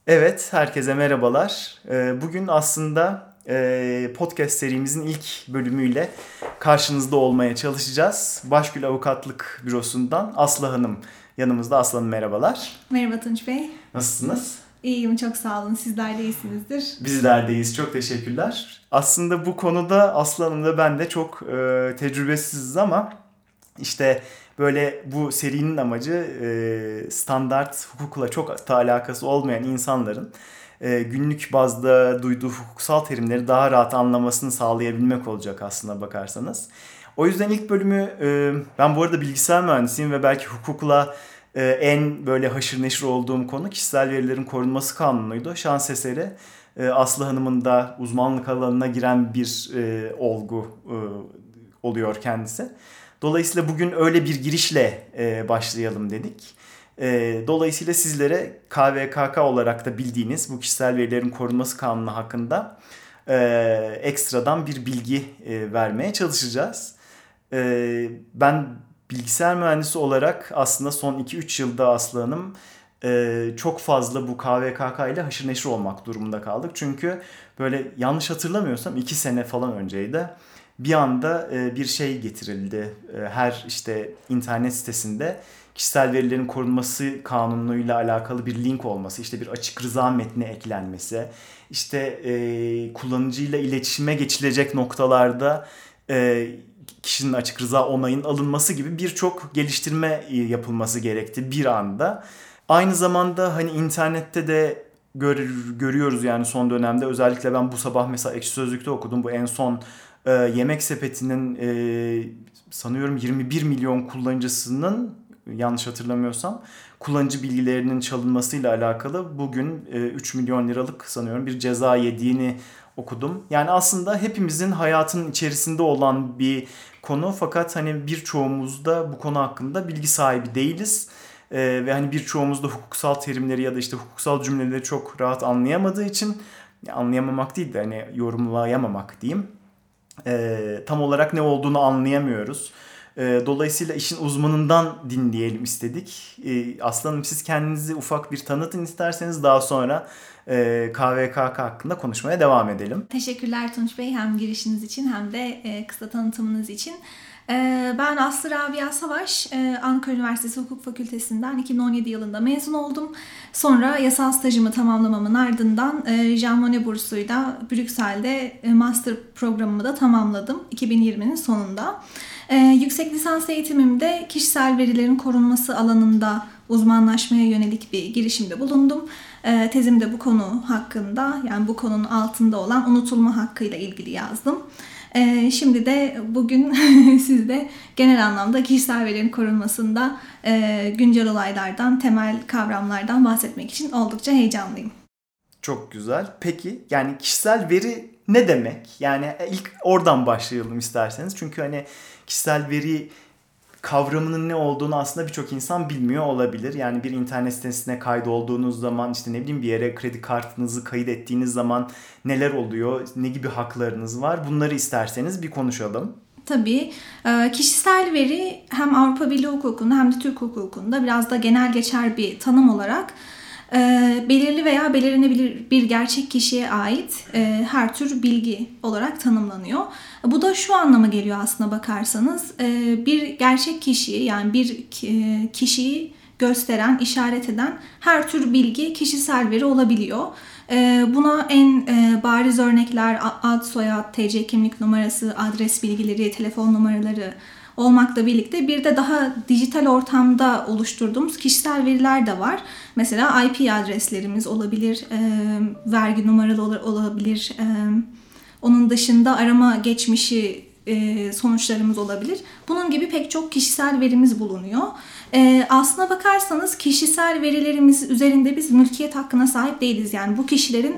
Evet, herkese merhabalar. Bugün aslında podcast serimizin ilk bölümüyle karşınızda olmaya çalışacağız. Başgül Avukatlık Bürosu'ndan Aslı Hanım yanımızda. Aslı Hanım merhabalar. Merhaba Tunç Bey. Nasılsınız? İyiyim, çok sağ olun. Sizler de iyisinizdir. Bizler de iyiyiz, çok teşekkürler. Aslında bu konuda Aslı Hanım da ben de çok tecrübesiziz ama işte böyle bu serinin amacı standart hukukla çok da alakası olmayan insanların günlük bazda duyduğu hukuksal terimleri daha rahat anlamasını sağlayabilmek olacak aslına bakarsanız. O yüzden ilk bölümü ben bu arada bilgisayar mühendisiyim ve belki hukukla en böyle haşır neşir olduğum konu kişisel verilerin korunması kanunuydu. Şans eseri Aslı Hanım'ın da uzmanlık alanına giren bir olgu oluyor kendisi. Dolayısıyla bugün öyle bir girişle başlayalım dedik. Dolayısıyla sizlere KVKK olarak da bildiğiniz bu kişisel verilerin korunması kanunu hakkında ekstradan bir bilgi vermeye çalışacağız. Ben bilgisayar mühendisi olarak aslında son 2-3 yılda Aslı Hanım çok fazla bu KVKK ile haşır neşir olmak durumunda kaldık. Çünkü böyle yanlış hatırlamıyorsam 2 sene falan önceydi. Bir anda bir şey getirildi. Her işte internet sitesinde kişisel verilerin korunması kanunuyla alakalı bir link olması, işte bir açık rıza metni eklenmesi, işte kullanıcıyla iletişime geçilecek noktalarda kişinin açık rıza onayın alınması gibi birçok geliştirme yapılması gerekti bir anda. Aynı zamanda hani internette de görüyoruz yani son dönemde, özellikle ben bu sabah mesela Ekşi Sözlük'te okudum, bu en son Yemek Sepeti'nin sanıyorum 21 milyon kullanıcısının, yanlış hatırlamıyorsam, kullanıcı bilgilerinin çalınmasıyla alakalı bugün 3 milyon liralık sanıyorum bir ceza yediğini okudum. Yani aslında hepimizin hayatının içerisinde olan bir konu, fakat hani birçoğumuz da bu konu hakkında bilgi sahibi değiliz. Ve hani birçoğumuz da hukuksal terimleri ya da işte hukuksal cümleleri çok rahat anlayamadığı için, anlayamamak değil de hani yorumlayamamak diyeyim, tam olarak ne olduğunu anlayamıyoruz. Dolayısıyla işin uzmanından dinleyelim istedik. Aslı Hanım, siz kendinizi ufak bir tanıtın isterseniz, daha sonra KVKK hakkında konuşmaya devam edelim. Teşekkürler Tunç Bey, hem girişiniz için hem de kısa tanıtımınız için. Ben Aslı Rabia Savaş, Ankara Üniversitesi Hukuk Fakültesinden 2017 yılında mezun oldum. Sonra yasal stajımı tamamlamamın ardından Jean Monnet bursuyla Brüksel'de master programımı da tamamladım 2020'nin sonunda. Yüksek lisans eğitimimde kişisel verilerin korunması alanında uzmanlaşmaya yönelik bir girişimde bulundum. Tezimde bu konu hakkında, yani bu konunun altında olan unutulma hakkıyla ilgili yazdım. Şimdi de bugün sizde genel anlamda kişisel verilerin korunmasında güncel olaylardan, temel kavramlardan bahsetmek için oldukça heyecanlıyım. Çok güzel. Peki yani kişisel veri ne demek? Yani ilk oradan başlayalım isterseniz. Çünkü hani kişisel veri kavramının ne olduğunu aslında birçok insan bilmiyor olabilir. Yani bir internet sitesine kaydolduğunuz zaman, işte ne bileyim bir yere kredi kartınızı kayıt ettiğiniz zaman neler oluyor, ne gibi haklarınız var, bunları isterseniz bir konuşalım. Tabii kişisel veri hem Avrupa Birliği hukukunda hem de Türk hukukunda biraz da genel geçer bir tanım olarak belirli veya belirlenebilir bir gerçek kişiye ait her tür bilgi olarak tanımlanıyor. Bu da şu anlama geliyor aslına bakarsanız, bir gerçek kişiyi, yani bir kişiyi gösteren, işaret eden her tür bilgi kişisel veri olabiliyor. Buna en bariz örnekler ad, soyad, TC kimlik numarası, adres bilgileri, telefon numaraları olmakla birlikte bir de daha dijital ortamda oluşturduğumuz kişisel veriler de var. Mesela IP adreslerimiz olabilir, vergi numaralı olabilir, onun dışında arama geçmişi sonuçlarımız olabilir. Bunun gibi pek çok kişisel verimiz bulunuyor. Aslına bakarsanız kişisel verilerimiz üzerinde biz mülkiyet hakkına sahip değiliz. Yani bu kişilerin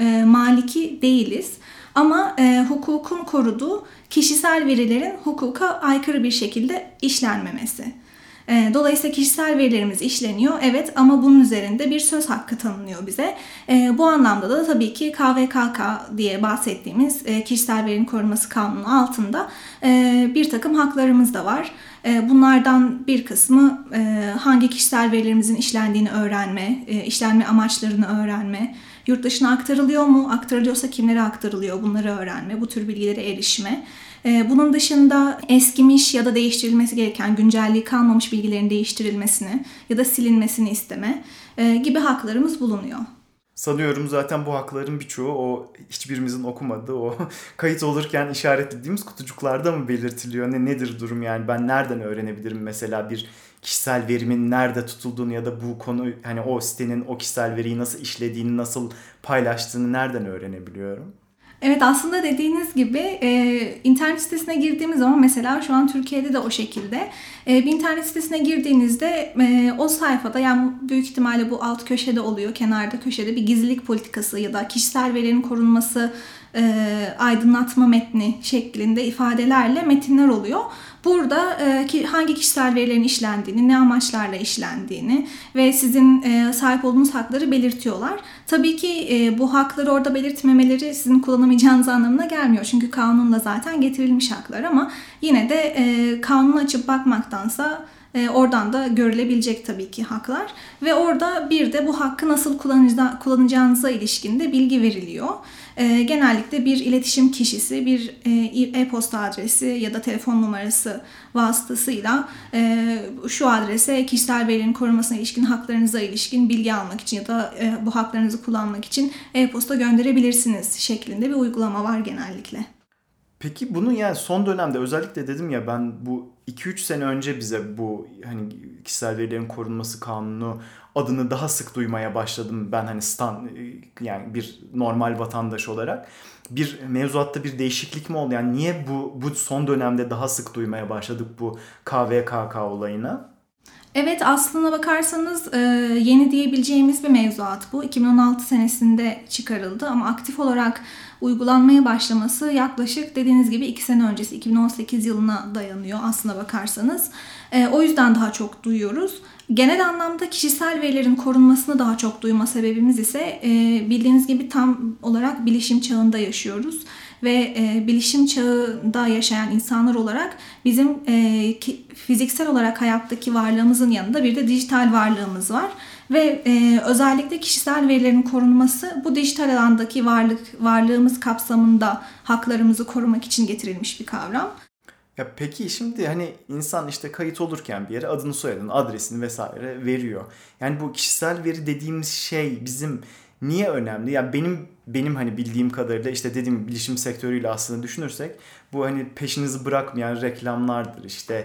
maliki değiliz. Ama hukukun koruduğu kişisel verilerin hukuka aykırı bir şekilde işlenmemesi. Dolayısıyla kişisel verilerimiz işleniyor, evet, ama bunun üzerinde bir söz hakkı tanınıyor bize. Bu anlamda da tabii ki KVKK diye bahsettiğimiz kişisel verinin korunması kanunu altında bir takım haklarımız da var. Bunlardan bir kısmı hangi kişisel verilerimizin işlendiğini öğrenme, işlenme amaçlarını öğrenme, yurt dışına aktarılıyor mu, aktarılıyorsa kimlere aktarılıyor bunları öğrenme, bu tür bilgilere erişme. Bunun dışında eskimiş ya da değiştirilmesi gereken, güncelliği kalmamış bilgilerin değiştirilmesini ya da silinmesini isteme gibi haklarımız bulunuyor. Sanıyorum zaten bu hakların birçoğu o hiçbirimizin okumadığı o kayıt olurken işaretlediğimiz kutucuklarda mı belirtiliyor? Nedir durum yani? Ben nereden öğrenebilirim mesela bir kişisel verimin nerede tutulduğunu ya da bu konu hani o sitenin o kişisel veriyi nasıl işlediğini, nasıl paylaştığını nereden öğrenebiliyorum? Evet, aslında dediğiniz gibi internet sitesine girdiğimiz zaman mesela şu an Türkiye'de de o şekilde bir internet sitesine girdiğinizde o sayfada, yani büyük ihtimalle bu alt köşede oluyor, kenarda köşede bir gizlilik politikası ya da kişisel verilerin korunması aydınlatma metni şeklinde ifadelerle metinler oluyor. Burada hangi kişisel verilerin işlendiğini, ne amaçlarla işlendiğini ve sizin sahip olduğunuz hakları belirtiyorlar. Tabii ki bu hakları orada belirtmemeleri sizin kullanamayacağınız anlamına gelmiyor. Çünkü kanunla zaten getirilmiş haklar, ama yine de kanunu açıp bakmaktansa oradan da görülebilecek tabii ki haklar. Ve orada bir de bu hakkı nasıl kullanacağınıza ilişkin de bilgi veriliyor. Genellikle bir iletişim kişisi, bir e-posta adresi ya da telefon numarası vasıtasıyla şu adrese kişisel verilerin korunmasına ilişkin, haklarınıza ilişkin bilgi almak için ya da bu haklarınızı kullanmak için e-posta gönderebilirsiniz şeklinde bir uygulama var genellikle. Peki bunu yani son dönemde özellikle dedim ya, ben bu 2-3 sene önce bize bu hani kişisel verilerin korunması kanunu adını daha sık duymaya başladım. Ben hani yani bir normal vatandaş olarak bir mevzuatta bir değişiklik mi oldu? Yani niye bu son dönemde daha sık duymaya başladık bu KVKK olayına? Evet, aslına bakarsanız yeni diyebileceğimiz bir mevzuat bu. 2016 senesinde çıkarıldı ama aktif olarak uygulanmaya başlaması yaklaşık dediğiniz gibi 2 sene öncesi, 2018 yılına dayanıyor aslına bakarsanız. O yüzden daha çok duyuyoruz. Genel anlamda kişisel verilerin korunmasını daha çok duyma sebebimiz ise bildiğiniz gibi tam olarak bilişim çağında yaşıyoruz. Ve bilişim çağında yaşayan insanlar olarak bizim fiziksel olarak hayattaki varlığımızın yanında bir de dijital varlığımız var. Ve özellikle kişisel verilerin korunması bu dijital alandaki varlığımız kapsamında haklarımızı korumak için getirilmiş bir kavram. Ya peki şimdi hani insan işte kayıt olurken bir yere adını, soyadını, adresini vesaire veriyor. Yani bu kişisel veri dediğimiz şey bizim niye önemli? Yani benim hani bildiğim kadarıyla işte dediğim bilişim sektörüyle aslında düşünürsek bu hani peşinizi bırakmayan reklamlardır. İşte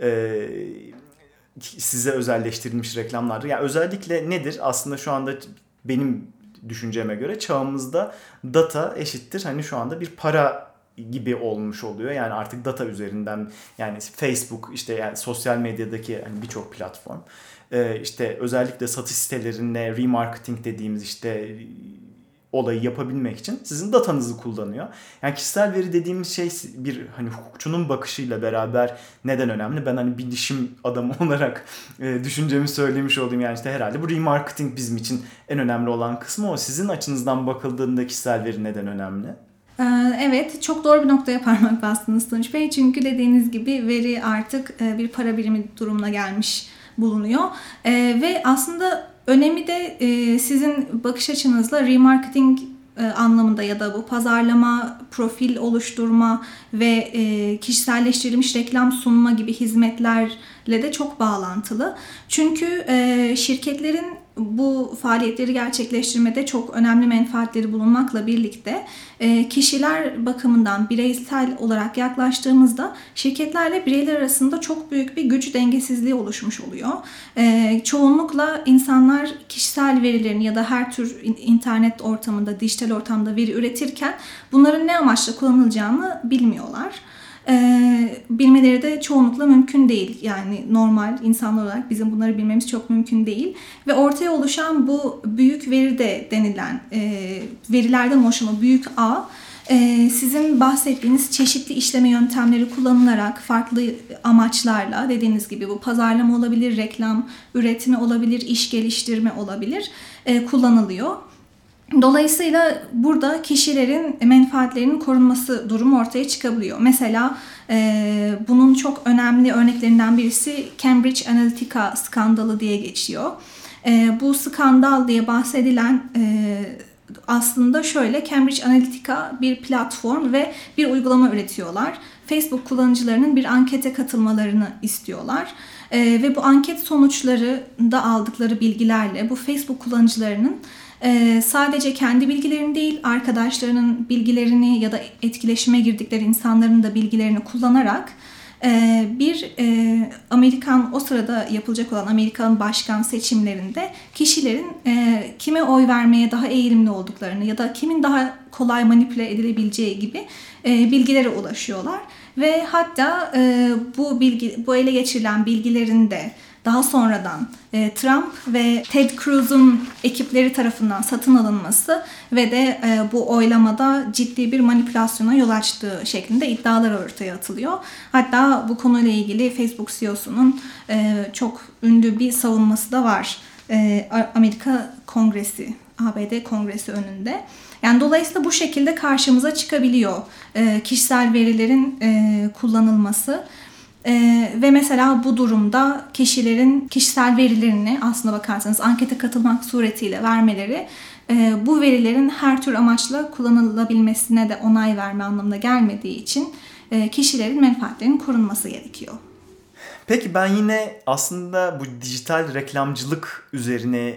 size özelleştirilmiş reklamlardır. Yani özellikle nedir? Aslında şu anda benim düşünceme göre çağımızda data eşittir hani şu anda bir para gibi olmuş oluyor. Yani artık data üzerinden, yani Facebook, işte yani sosyal medyadaki hani birçok platform, işte özellikle satış sitelerinde remarketing dediğimiz işte olayı yapabilmek için sizin datanızı kullanıyor. Yani kişisel veri dediğimiz şey bir hani hukukçunun bakışıyla beraber neden önemli? Ben hani bilişim adamı olarak düşüncemi söylemiş olayım. Yani işte herhalde bu remarketing bizim için en önemli olan kısmı o. Sizin açınızdan bakıldığında kişisel veri neden önemli? Evet, çok doğru bir noktaya parmak bastınız Tunç Bey. Çünkü dediğiniz gibi veri artık bir para birimi durumuna gelmiş bulunuyor. Ve aslında önemi de sizin bakış açınızla remarketing anlamında ya da bu pazarlama, profil oluşturma ve kişiselleştirilmiş reklam sunma gibi hizmetlerle de çok bağlantılı. Çünkü şirketlerin bu faaliyetleri gerçekleştirmede çok önemli menfaatleri bulunmakla birlikte kişiler bakımından bireysel olarak yaklaştığımızda şirketlerle bireyler arasında çok büyük bir güç dengesizliği oluşmuş oluyor. Çoğunlukla insanlar kişisel verilerini ya da her tür internet ortamında, dijital ortamda veri üretirken bunların ne amaçla kullanılacağını bilmiyorlar. Bilmeleri de çoğunlukla mümkün değil. Yani normal insanlar olarak bizim bunları bilmemiz çok mümkün değil. Ve ortaya oluşan bu büyük veri de denilen verilerden oluşan o büyük ağ sizin bahsettiğiniz çeşitli işleme yöntemleri kullanılarak farklı amaçlarla, dediğiniz gibi bu pazarlama olabilir, reklam üretimi olabilir, iş geliştirme olabilir, kullanılıyor. Dolayısıyla burada kişilerin menfaatlerinin korunması durumu ortaya çıkabiliyor. Mesela bunun çok önemli örneklerinden birisi Cambridge Analytica skandalı diye geçiyor. Bu skandal diye bahsedilen aslında şöyle, Cambridge Analytica bir platform ve bir uygulama üretiyorlar. Facebook kullanıcılarının bir ankete katılmalarını istiyorlar. Ve bu anket sonuçlarında aldıkları bilgilerle bu Facebook kullanıcılarının sadece kendi bilgilerini değil, arkadaşlarının bilgilerini ya da etkileşime girdikleri insanların da bilgilerini kullanarak bir o sırada yapılacak olan Amerikan başkan seçimlerinde kişilerin kime oy vermeye daha eğilimli olduklarını ya da kimin daha kolay manipüle edilebileceği gibi bilgilere ulaşıyorlar. Ve hatta bu ele geçirilen bilgilerin de daha sonradan Trump ve Ted Cruz'un ekipleri tarafından satın alınması ve de bu oylamada ciddi bir manipülasyona yol açtığı şeklinde iddialar ortaya atılıyor. Hatta bu konuyla ilgili Facebook CEO'sunun çok ünlü bir savunması da var. Amerika Kongresi, ABD Kongresi önünde. Yani dolayısıyla bu şekilde karşımıza çıkabiliyor kişisel verilerin kullanılması. Ve mesela bu durumda kişilerin kişisel verilerini aslına bakarsanız ankete katılmak suretiyle vermeleri bu verilerin her tür amaçla kullanılabilmesine de onay verme anlamına gelmediği için kişilerin menfaatlerinin korunması gerekiyor. Peki ben yine aslında bu dijital reklamcılık üzerine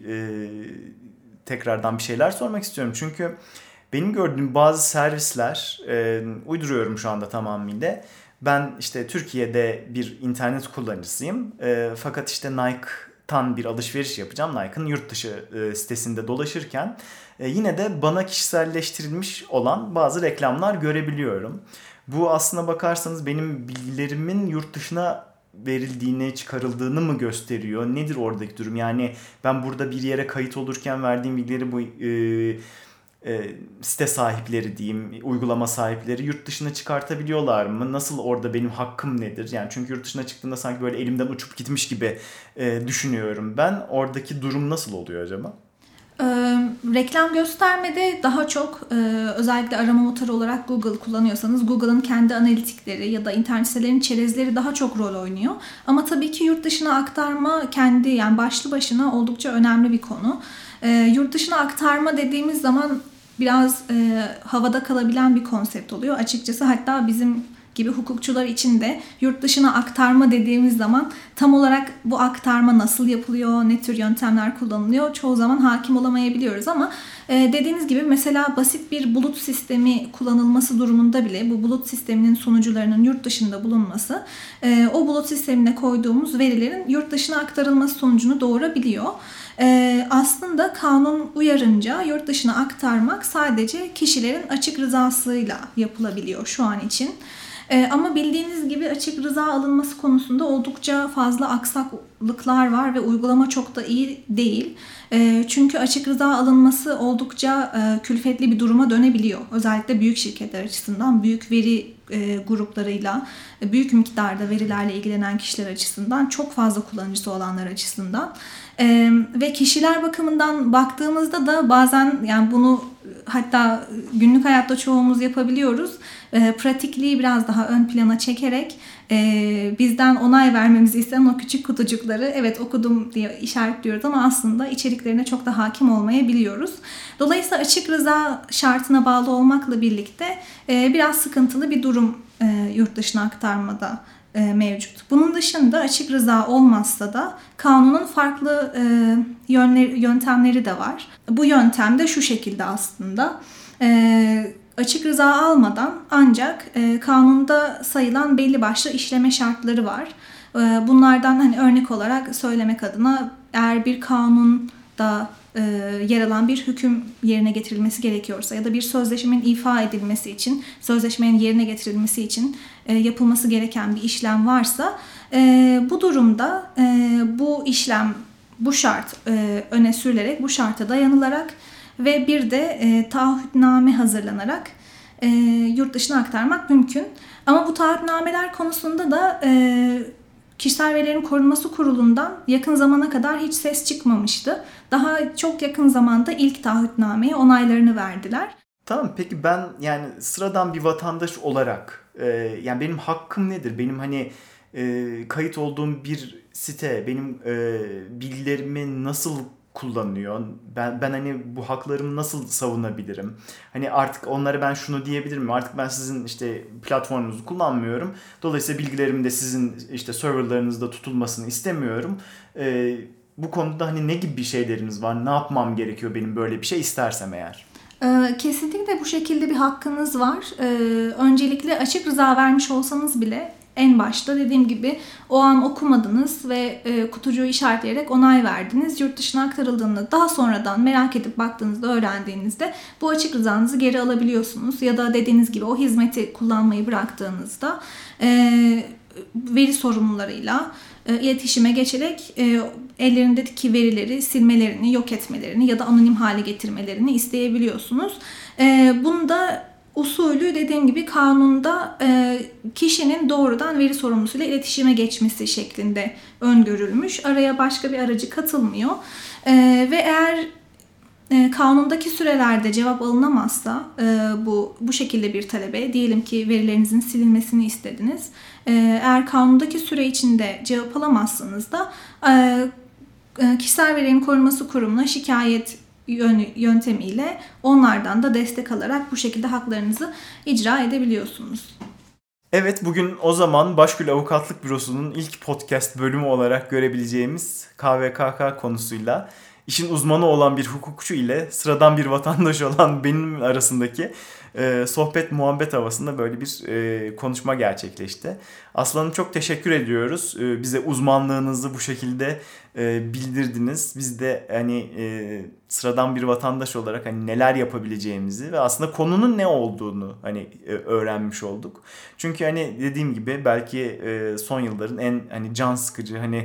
tekrardan bir şeyler sormak istiyorum. Çünkü benim gördüğüm bazı servisler, uyduruyorum şu anda tamamıyla. Ben işte Türkiye'de bir internet kullanıcısıyım. Fakat işte Nike'tan bir alışveriş yapacağım. Nike'ın yurt dışı sitesinde dolaşırken yine de bana kişiselleştirilmiş olan bazı reklamlar görebiliyorum. Bu aslına bakarsanız benim bilgilerimin yurt dışına verildiğini, çıkarıldığını mı gösteriyor? Nedir oradaki durum? Yani ben burada bir yere kayıt olurken verdiğim bilgileri bu site sahipleri diyeyim, uygulama sahipleri yurt dışına çıkartabiliyorlar mı? Nasıl, orada benim hakkım nedir? Yani çünkü yurt dışına çıktığında sanki böyle elimden uçup gitmiş gibi düşünüyorum ben. Oradaki durum nasıl oluyor acaba? Reklam göstermede daha çok özellikle arama motoru olarak Google kullanıyorsanız Google'ın kendi analitikleri ya da internet sitelerinin çerezleri daha çok rol oynuyor. Ama tabii ki yurt dışına aktarma yani başlı başına oldukça önemli bir konu. Yurt dışına aktarma dediğimiz zaman biraz havada kalabilen bir konsept oluyor. Açıkçası hatta bizim gibi hukukçular için de yurt dışına aktarma dediğimiz zaman tam olarak bu aktarma nasıl yapılıyor, ne tür yöntemler kullanılıyor çoğu zaman hakim olamayabiliyoruz ama dediğiniz gibi mesela basit bir bulut sistemi kullanılması durumunda bile bu bulut sisteminin sunucularının yurt dışında bulunması o bulut sistemine koyduğumuz verilerin yurt dışına aktarılması sonucunu doğurabiliyor. Aslında kanun uyarınca yurt dışına aktarmak sadece kişilerin açık rızasıyla yapılabiliyor şu an için. Ama bildiğiniz gibi açık rıza alınması konusunda oldukça fazla aksaklıklar var ve uygulama çok da iyi değil. Çünkü açık rıza alınması oldukça külfetli bir duruma dönebiliyor. Özellikle büyük şirketler açısından, büyük veri gruplarıyla, büyük miktarda verilerle ilgilenen kişiler açısından, çok fazla kullanıcısı olanlar açısından. Ve kişiler bakımından baktığımızda da bazen yani bunu hatta günlük hayatta çoğumuz yapabiliyoruz. Pratikliği biraz daha ön plana çekerek bizden onay vermemizi istenen o küçük kutucukları evet okudum diye işaretliyoruz ama aslında içeriklerine çok da hakim olmayabiliyoruz. Dolayısıyla açık rıza şartına bağlı olmakla birlikte biraz sıkıntılı bir durum yurt dışına aktarmada mevcut. Bunun dışında açık rıza olmazsa da kanunun farklı yöntemleri de var. Bu yöntem de şu şekilde aslında. Açık rıza almadan ancak kanunda sayılan belli başlı işleme şartları var. Bunlardan örnek olarak söylemek adına eğer bir kanunda yer alan bir hüküm yerine getirilmesi gerekiyorsa ya da bir sözleşmenin ifa edilmesi için, sözleşmenin yerine getirilmesi için yapılması gereken bir işlem varsa bu durumda bu işlem, bu şart öne sürülerek, bu şarta dayanılarak ve bir de taahhütname hazırlanarak yurt dışına aktarmak mümkün. Ama bu taahhütnameler konusunda da Kişisel Verilerin Korunması Kurulu'ndan yakın zamana kadar hiç ses çıkmamıştı. Daha çok yakın zamanda ilk taahhütnameye onaylarını verdiler. Tamam, peki ben yani sıradan bir vatandaş olarak yani benim hakkım nedir? Benim hani kayıt olduğum bir site benim bilgilerimi nasıl kullanıyor? Ben hani bu haklarımı nasıl savunabilirim? Hani artık onlara ben şunu diyebilirim. Artık ben sizin işte platformunuzu kullanmıyorum. Dolayısıyla bilgilerimin de sizin işte serverlarınızda tutulmasını istemiyorum. Bu konuda hani ne gibi bir şeyleriniz var? Ne yapmam gerekiyor benim böyle bir şey istersem eğer? Kesinlikle bu şekilde bir hakkınız var. Öncelikle açık rıza vermiş olsanız bile en başta dediğim gibi o an okumadınız ve kutucuğu işaretleyerek onay verdiniz. Yurt dışına aktarıldığında daha sonradan merak edip baktığınızda, öğrendiğinizde bu açık rızanızı geri alabiliyorsunuz. Ya da dediğiniz gibi o hizmeti kullanmayı bıraktığınızda veri sorumlularıyla iletişime geçerek ellerindeki verileri silmelerini, yok etmelerini ya da anonim hale getirmelerini isteyebiliyorsunuz. Bunu da usulü dediğim gibi kanunda kişinin doğrudan veri sorumlusuyla iletişime geçmesi şeklinde öngörülmüş. Araya başka bir aracı katılmıyor. Ve eğer kanundaki sürelerde cevap alınamazsa bu şekilde bir talebe, diyelim ki verilerinizin silinmesini istediniz. Eğer kanundaki süre içinde cevap alamazsanız da Kişisel Verilerin Korunması Kurumu'na şikayet yöntemiyle onlardan da destek alarak bu şekilde haklarınızı icra edebiliyorsunuz. Evet, bugün o zaman Başgül Avukatlık Bürosu'nun ilk podcast bölümü olarak görebileceğimiz KVKK konusuyla işin uzmanı olan bir hukukçu ile sıradan bir vatandaş olan benim arasındaki sohbet muhabbet havasında böyle bir konuşma gerçekleşti. Aslanım, çok teşekkür ediyoruz. Bize uzmanlığınızı bu şekilde bildirdiniz. Biz de hani sıradan bir vatandaş olarak hani neler yapabileceğimizi ve aslında konunun ne olduğunu hani öğrenmiş olduk. Çünkü hani dediğim gibi belki son yılların en hani can sıkıcı hani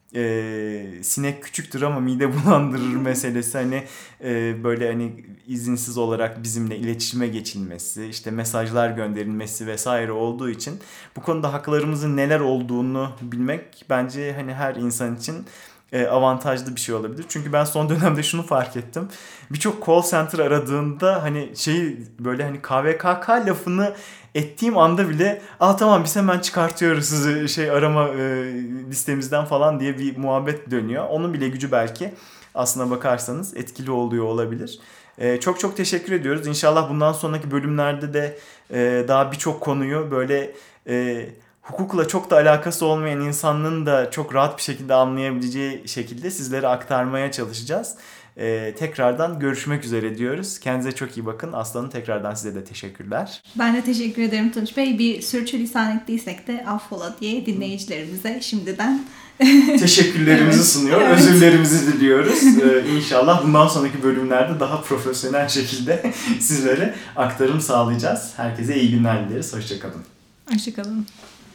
sinek küçüktür ama mide bulandırır meselesi hani böyle hani izinsiz olarak bizimle iletişime geçilmesi, işte mesajlar gönderilmesi vesaire olduğu için bu konuda haklarımızın neler olduğunu bilmek bence hani her insan için avantajlı bir şey olabilir. Çünkü ben son dönemde şunu fark ettim. Birçok call center aradığında hani böyle hani KVKK lafını ettiğim anda bile tamam biz hemen çıkartıyoruz sizi arama listemizden falan diye bir muhabbet dönüyor. Onun bile gücü belki aslına bakarsanız etkili oluyor olabilir. Çok çok teşekkür ediyoruz. İnşallah bundan sonraki bölümlerde de daha birçok konuyu böyle hukukla çok da alakası olmayan insanların da çok rahat bir şekilde anlayabileceği şekilde sizlere aktarmaya çalışacağız. Tekrardan görüşmek üzere diyoruz. Kendinize çok iyi bakın. Aslanım, tekrardan size de teşekkürler. Ben de teşekkür ederim Tunç Bey. Bir sürçülisan ettiysek de affola diye dinleyicilerimize şimdiden teşekkürlerimizi sunuyor. Evet. Özürlerimizi diliyoruz. İnşallah bundan sonraki bölümlerde daha profesyonel şekilde sizlere aktarım sağlayacağız. Herkese iyi günler dileriz. Hoşçakalın. Hoşçakalın.